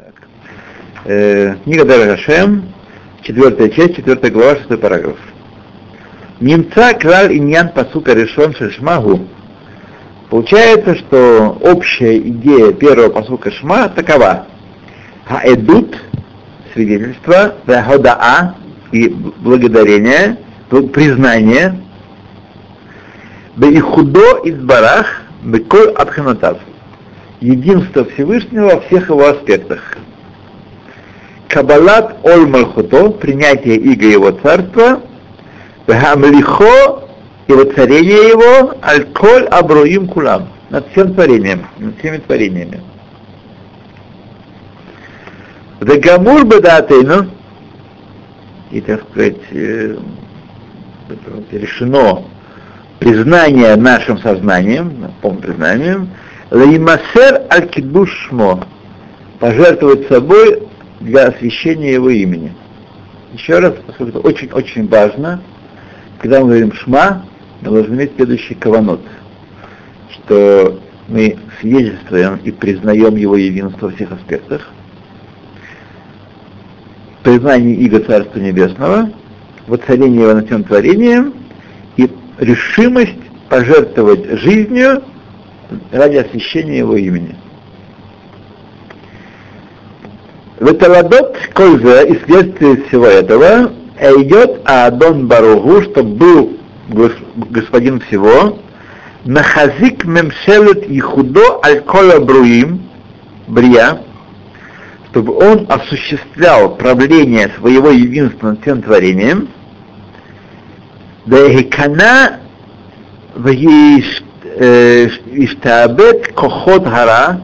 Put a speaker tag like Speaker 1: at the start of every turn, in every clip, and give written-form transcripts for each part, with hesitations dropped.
Speaker 1: Книга Дерech Ашем, 4 часть, 4 глава, 6 параграф. Немца краль иньян пасука решен шешмагу. Получается, что общая идея первого пасука шма такова. Хаэдут, свидетельство, ваходаа, и благодарение, признание, беихудо избарах, беколь абханатав. Единство Всевышнего во всех его аспектах. Кабалат оль мальхуто, принятие иго его царства, вехамлихо, и воцарение его, аль-коль абруим кулам, над всем творением, над всеми творениями. Вегамур бедатейну, и, так сказать, решено признание нашим сознанием, полным признанием, лаимасер аль-кидуш шмо, пожертвовать собой для освящения его имени. Еще раз, поскольку это очень-очень важно, когда мы говорим шма, мы должны иметь следующий каванот, что мы свидетельствуем и признаем его единство во всех аспектах, признание иго Царства Небесного, воцарение его над всем творением и решимость пожертвовать жизнью ради освящения его имени. Веталадот кольза, и следствие всего этого, идет Адон Баругу, что был господин всего, нахазик мемшелет ихудо аль-кола бруим, брия, чтобы он осуществлял правление своего единства над всем творением, вехикана веиштабет кохот гара,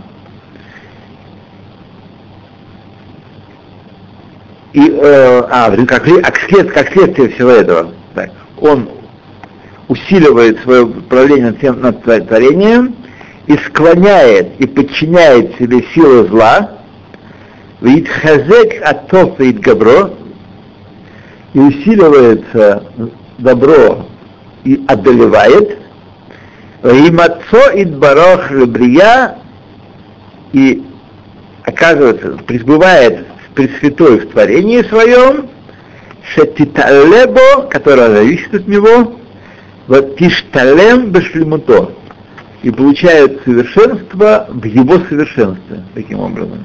Speaker 1: и как следствие всего этого, так, он усиливает свое правление над творением и склоняет и подчиняет себе силы зла, витхазек атов вит габро, и усиливается добро и одолевает, вимацо идбарох лебрия, и оказывается, пребывает Пресвятой в творении своем, шетиталебо, которое зависит от него, вот тишталем бешлемуто, и получает совершенство в его совершенстве, таким образом.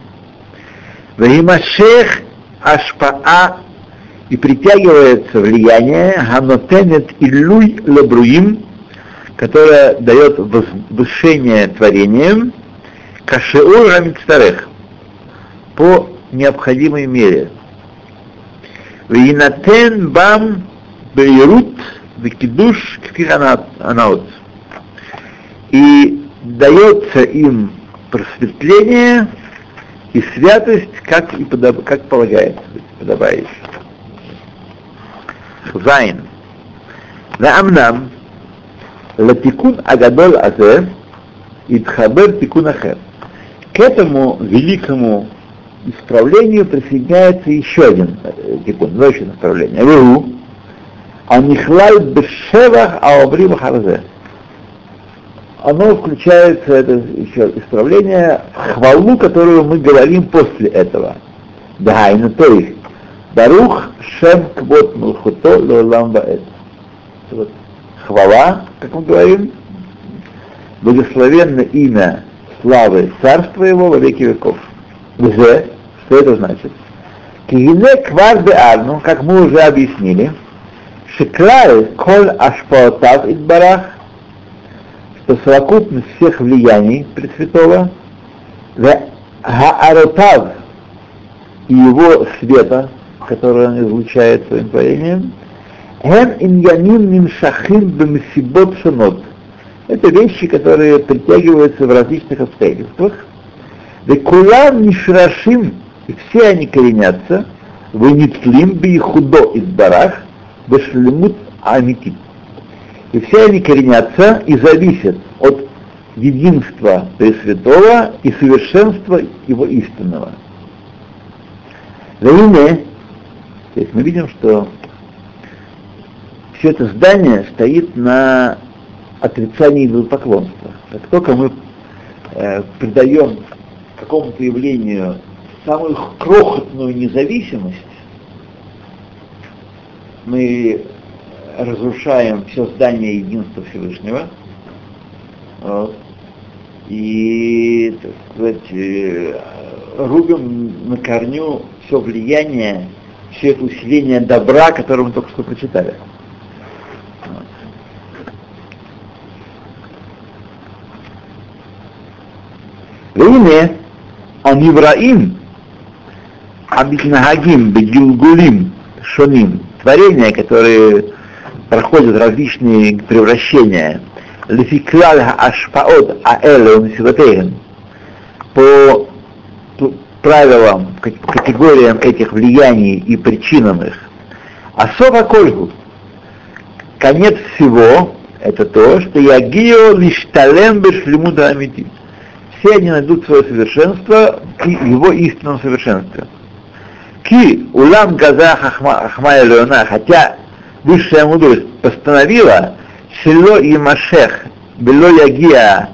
Speaker 1: Ваимашех ашпаа, и притягивается влияние, ганотенет иллюй лебруим, которое дает возвышение творением, кашеур рамицтарех, по необходимой мере. Винатен бам бейрут векидуш кфиранаут, и дается им просветление и святость, как полагается, подобает. Зайн. Наамнам латикун агадол азе идхабер тикун ахер. К этому великому исправлению присоединяется еще один тикун, следующее исправление. Вегу анихлай бешевах аобрим харзе. Оно включается, это еще исправление, в хвалу, которую мы говорим после этого. Дагайна, то есть Барух Шем Кбот Мулхуто Леолам Ваэт. Вот хвала, как мы говорим, благословенно имя славы царства его во веки веков. Уже, что это значит? Кигине квар беарну, как мы уже объяснили, шеклай коль ашпаотав идбарах, что совокупность всех влияний Пресвятого, гааротав и его света, который он излучает своим творением, ген иньяним нимшахим бемсибот шанот. Это вещи, которые притягиваются в различных обстоятельствах. Векулам нишрашим, и все они коренятся, венитлим бихудо избарах, бешлемут амитит. И все они коренятся и зависят от единства Пресвятого и совершенства его истинного. То есть мы видим, что все это здание стоит на отрицании идолопоклонства. Как только мы придаем какому-то явлению самую крохотную независимость, мы разрушаем все здание единства Всевышнего, вот, и, так сказать, рубим на корню все влияние, все это усиление добра, которое мы только что прочитали. והנה, הנבראים המתנהגים בגלגולים шоним, творения, которые проходят различные превращения, лефиклаль ашпаот аэле унсилатейн, по правилам, категориям этих влияний и причинам их. Асова кольгу, конец всего, это то, что ягио лишталем бешлемуда амити. Все они найдут свое совершенство и его истинном совершенстве. Ки улам газа хахма элеона, хотя высшая мудрость постановила, шело и машех бело ягия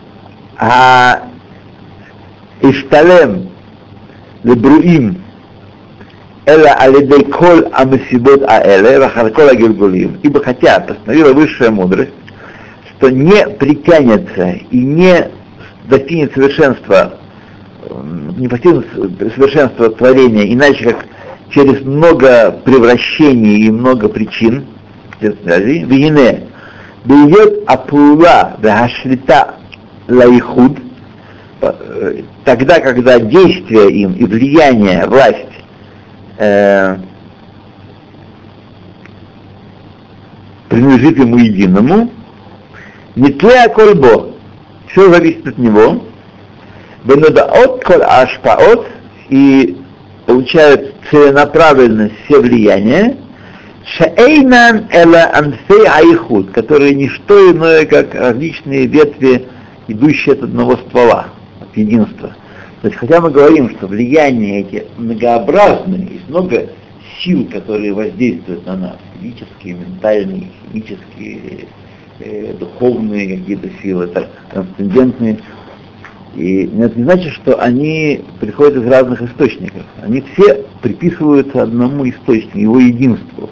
Speaker 1: ишталем лебруим эла алидей кол амесибот аэле вахаркол агилгулим, ибо хотя постановила высшая мудрость, что не притянется и не достигнет совершенства, не постигнет совершенства творения, иначе как через много превращений и много причин, вине бьет апула бхашлита лайхуд, тогда, когда действие им и влияние, власть принадлежит ему единому, не тлея кольбо, все зависит от него, бенудаот коль ашпаот, и получают целенаправленность все влияния, шаэйнан эла анфей айхуд, которые не что иное, как различные ветви, идущие от одного ствола, от единства. То есть, хотя мы говорим, что влияния эти многообразные, есть много сил, которые воздействуют на нас, физические, ментальные, химические, духовные какие-то силы, трансцендентные. И это не значит, что они приходят из разных источников. Они все приписываются одному источнику, его единству.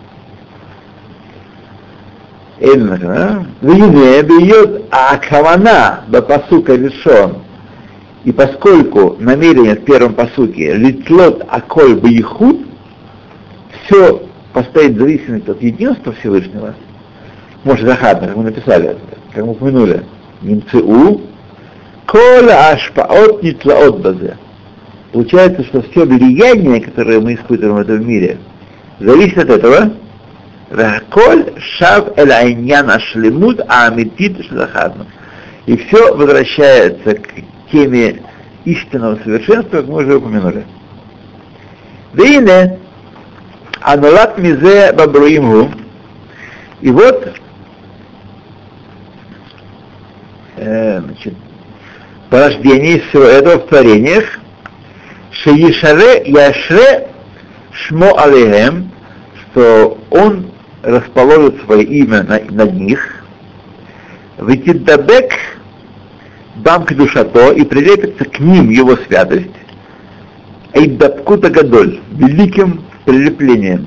Speaker 1: Вине бьет акавана бапасука решен. И поскольку намерение в первом пасуке литлот аколь бейхуд, все поставить в зависимости от единства Всевышнего, может, захадно, как мы написали, как мы упомянули, немцеу, кола ашпаот нитлаот базе. Получается, что все влияние, которое мы испытываем в этом мире, зависит от этого. Коль шав эль айнян ашлемут аамитит шлахадну. И все возвращается к теме истинного совершенства, как мы уже упомянули. Вейне анулат мизе бабруимгу. И вот порождение всего этого в творениях, шеишаре яшре шмо алейхем, что он расположит свое имя над них, витиддабек бам кдушато, и прилепится к ним его святость, эйддабкута гадоль, великим прилеплением.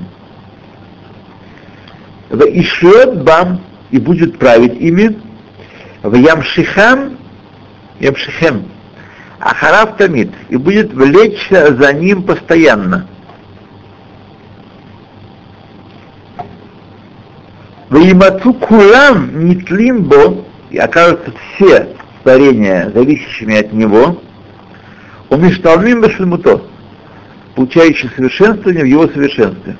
Speaker 1: В ишьет бам, и будет править ими, в ямшихем, ахарав тамид, и будет влечься за ним постоянно. В имацу кулам нитлимбо, и окажутся все творения, зависящими от него, умишталмим бешельмуто, получающие совершенствование в его совершенстве.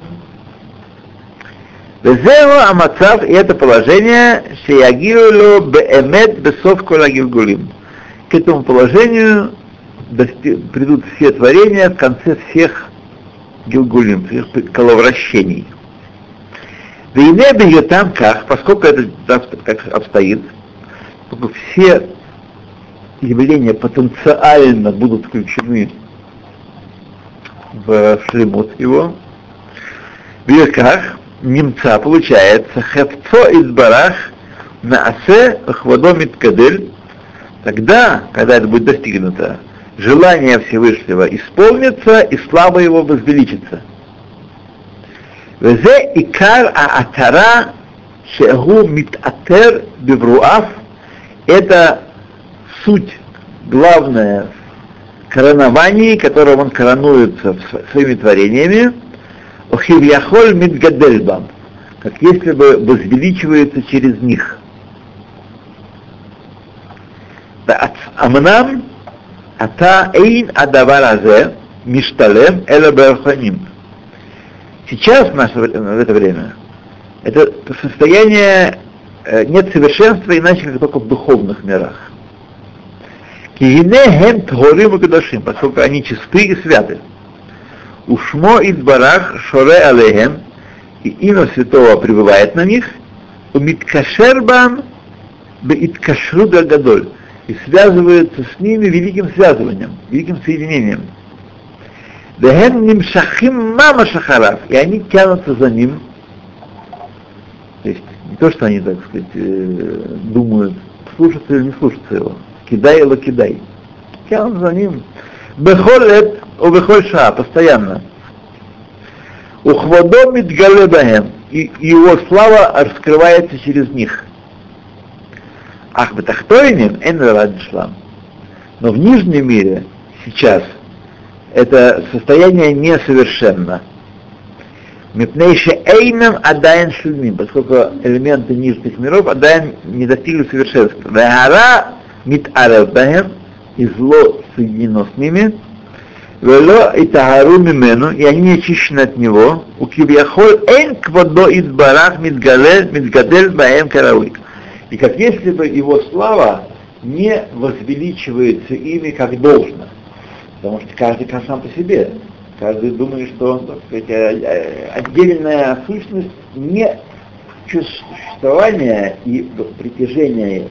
Speaker 1: Везео амацав, и это положение, шеягируло беэмет бесов кола гилгулим. К этому положению придут все творения в конце всех гилгулим, всех коловращений. В Инебе ее там как, поскольку это как обстоит, поскольку все явления потенциально будут включены в шлемут его, в Ирках немца получается хефцо из барах на асе хвадомит кадель, тогда, когда это будет достигнуто, желание Всевышнего исполнится, и слава его возвеличится. Везе икар аатара шегу митатер бивруав. Это суть, главное в короновании, которым он коронуется своими творениями, охивьяхоль митгадельбам, как если бы возвеличивается через них. Амнам ата эйн адаваразе мишталем эла берханим. Сейчас, в это время, это состояние нет совершенства, иначе как только в духовных мирах. Кигинехем тхорим и кадашим, поскольку они чисты и святы. Ушмо идбарах шоре алехем, и имя Святого пребывает на них, умиткашербам беиткашру дагадоль, и связывается с ними великим связыванием, великим соединением. Вехем нимшахим мама шахарав, и они тянутся за ним. То есть не то, что они, так сказать, думают, слушаться или не слушаться его. Кидай или кидай. Тянутся за ним. Бехолет о бехольша, постоянно. Ухвадо митгалебахем, и его слава раскрывается через них. Ах, бетахтойним эн радишлам. Но в нижнем мире сейчас это состояние несовершенно. Мипнейше эйнам адайн шльмим, поскольку элементы нижних миров адайн не достигли совершенства. Вегара митаревбахем, и зло соединено с ними. Вело и тагару мимену, и они не очищены от него. У кибьяхоль эйн квадо идбарах митгадель баэм карауи. И как если бы его слава не возвеличивается ими как должно. Потому что каждый сам по себе. Каждый думает, что он, так сказать, отдельная сущность, не существования и притяжения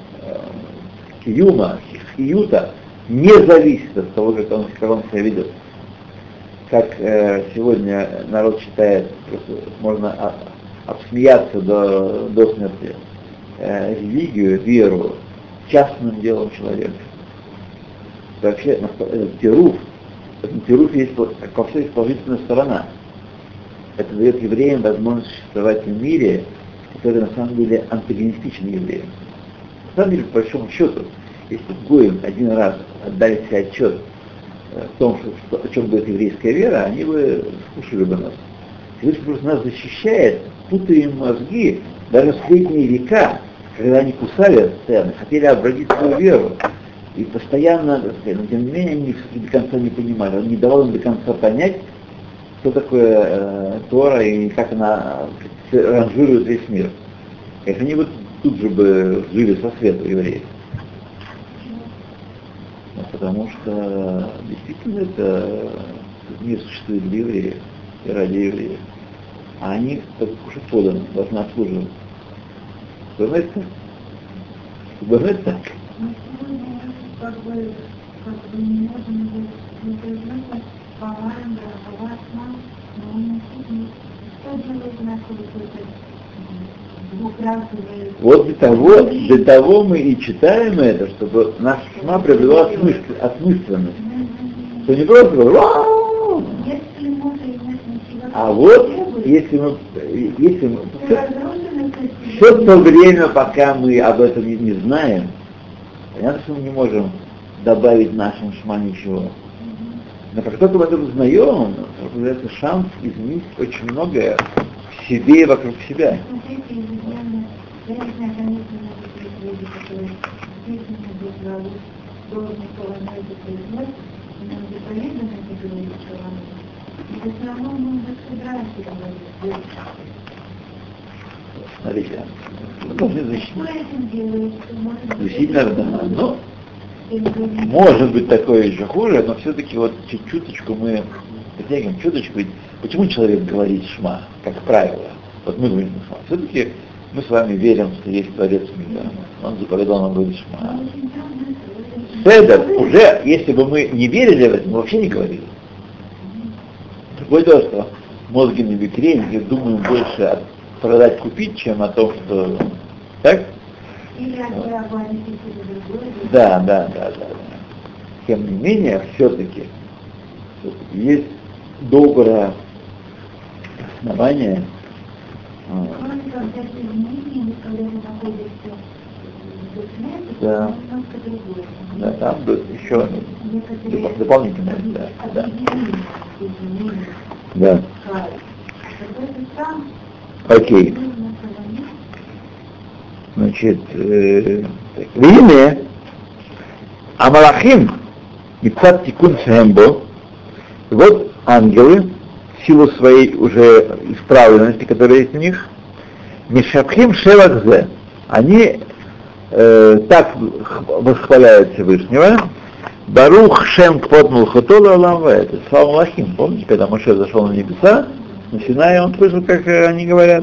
Speaker 1: киюма, хиюта, не зависит от того, как он себя ведет. Как сегодня народ считает, можно обсмеяться до смерти, религию, веру частным делом человека. Вообще, этот тируф есть, как во всем, есть положительная сторона. Это дает евреям возможность существовать в мире, который на самом деле антагонистичен евреям. На самом деле, по большому счету, если гоим один раз отдали себе отчет в том, о чем говорит еврейская вера, они бы слушали бы нас. Всевышний просто нас защищает, путая им мозги, даже в средние века, когда они кусали постоянно, хотели обратить свою веру. И постоянно, так сказать, но тем не менее, они их до конца не понимали. Он не давал им до конца понять, что такое Тора и как она ранжирует весь мир. Если они вот тут же бы жили со свету евреев. Потому что действительно это мир существует для евреев и ради евреев. А они, как кушать подано, должны обслуживать. Бывает так? Бывает так?
Speaker 2: Как бы не можем быть поваром, но он что делает наш двухразовый...
Speaker 1: Вот для того мы и читаем это, чтобы наш шма приобрела осмысленность. Что не просто «Вау!», а вот если мы все то время, пока мы об этом не знаем, понятно, что мы не можем добавить нашим шма ничего. Но как только мы это узнаем, появляется шанс изменить очень многое в себе и вокруг себя. Смотрите, мы должны защитить. Ну, может быть такое еще хуже, но все-таки вот чуточку мы притягиваем, чуточку. Почему человек говорит шма, как правило? Вот мы говорим шма. Все-таки мы с вами верим, что есть Творец мира. Он заповедал нам говорить шма. Седер, уже, если бы мы не верили в это, мы вообще не говорили. Другое дело, что мозги на бекрень, и думаем больше продать, купить, чем о том, что... Так?
Speaker 2: Или
Speaker 1: Да. тем не менее, все-таки есть доброе основание. Да. Да, там еще дополнительное, да. Да. Окей. Значит, время Амалахим Мицат Тикун Шембо, вот ангелы, в силу своей уже исправленности, которая есть у них, Мишапхим Шевахзе, они так восхваляют Всевышнего, Барух Шем Квот Мулхотола Алам, это слава Малахим. Помните, когда Моше зашел на небеса, на Синае, он слышал, как они говорят.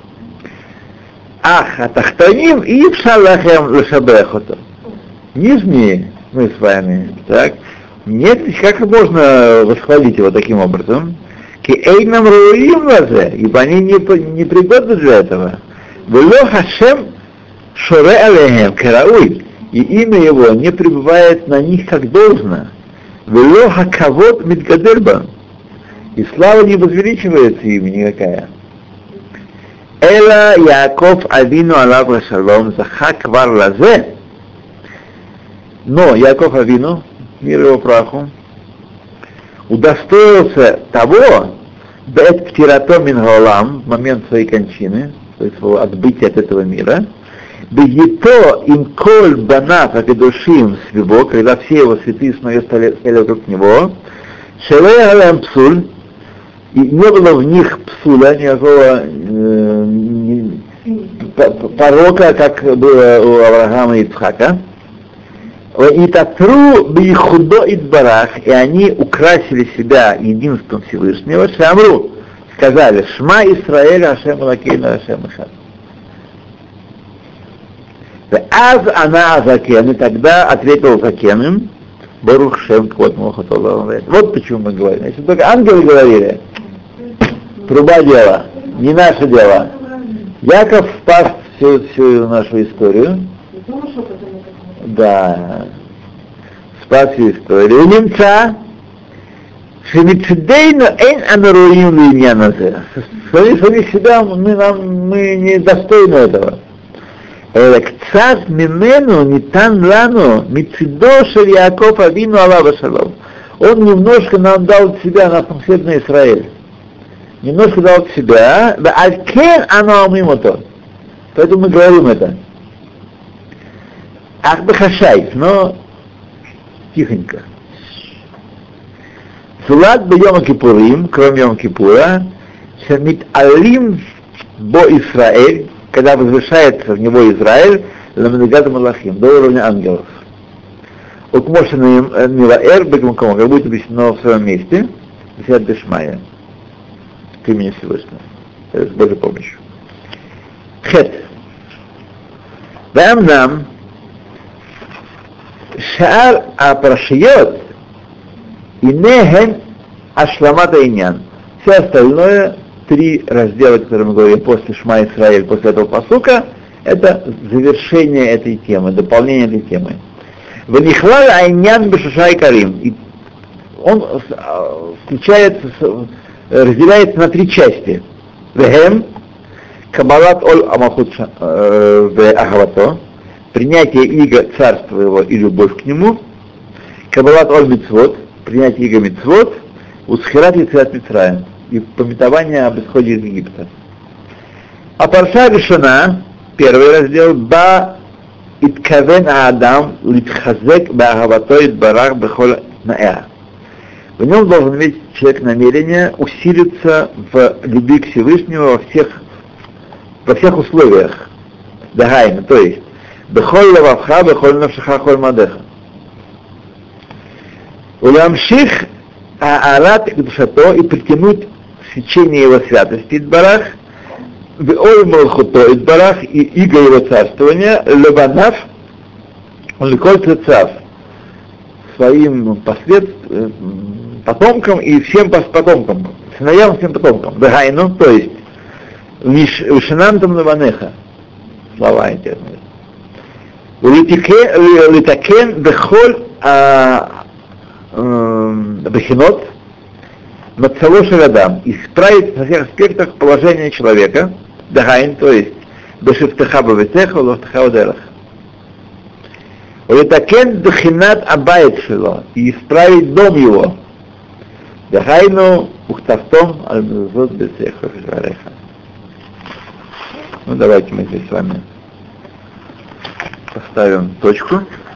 Speaker 1: Ах, Атахтаним и Пшалахем Лешабехото. Нижние мы с вами, так, нет, как можно восхвалить его таким образом? Ки эйнам руим лазе, ибо они не пригодны для этого. Вело Хашем Шоре алехем карауй, и имя его не пребывает на них как должно. Вело Хакавод Мидгадельбан, и слава не возвеличивается им никакая. Эла Яаков Авину Аллаху Шалом Захак Вар Лазе. Но Яаков Авину, мир его праху, удостоился того, Бет Птирато Мин Гаолам, в момент своей кончины, то есть его отбытия от этого мира, Бегито им коль банав акедушим свего, когда все его святые сыновья стояли вокруг него, Шеле Алам Псуль, и не было в них псуля, никакого порока, как было у Авраама и Ицхака. И татру бихудо идбарах, и они украсили себя единством Всевышнего, Шамру, сказали, Шма Исраэль Ашем Лакейна Ашем Ишад. Аз она Закен, и тогда ответил Закен им, Барух Шем Квот Мохотолла. Вот почему мы говорим. Если только ангелы говорили, труба дело, не наше дело. Яков спас всю нашу историю. Да, спас всю историю. Немца, Шемицидейну эйн анаруим линьяназе. Сами себя мы не достойны этого. Кцат мимену нитан лану мицидо шель Яаков Авину Аллаху Шалом. Он немножко нам дал от себя на конкретно Израиль. Немножко дал от себя, да алькен оно мимо-то. Поэтому мы говорим это. Ах бахашай, но тихонько. Зулат бе Йом Кипурим, кроме Йом Кипура, шамит алим бо Исраэль, когда возвышается в него Израиль, ламенегад малахим, до уровня ангелов. Укмошенный милаэр бекумком, как будет объяснено в своем месте, Сиат Бешмая, к имени Всевышнего, с Божьей помощью. Хет. Вам нам шаар апрашиот инехен ашламата иньян. Все остальное, три раздела, которые мы говорим после Шма Исраэль, после этого пасука, это завершение этой темы, дополнение этой темы. Ванихлал айнян бешушай карим. И он разделяется на три части. Вехем, кабалат оль амахут в ахавато, принятие иго царства его и любовь к нему, кабалат оль мицвот, принятие иго мицвот, усхират и цвят Мицраим, и памятование об исходе из Египта. А парша решена, первый раздел, ба иткавен аадам литхазек баагавато идбарах бехол наэа. В нем должен иметь человек намерение усилиться в любви к Всевышнему во всех условиях. Дагайна, то есть бехол лававха, бехол навшаха, холь мадеха. Улямших аарат к душато, и притянуть свечение его святости идбарах, веой малхуто идбарах, и иго его царствования, лебанав, ликоль цецав, своим потомкам и всем потомкам, сыновьям всем потомкам. Дагайну, то есть вишинантам леванеха, слова эти. Литакен бехоль бахинот, мацалош радам, исправить во всех аспектах положение человека, дагайн, то есть бешифтаха бавитеха, лофтаха удерах. Олетакен дхинат абайт шило, и исправить дом его. Дагайну ухтафтом аль-мазот бесеха вареха. Ну давайте мы здесь с вами поставим точку.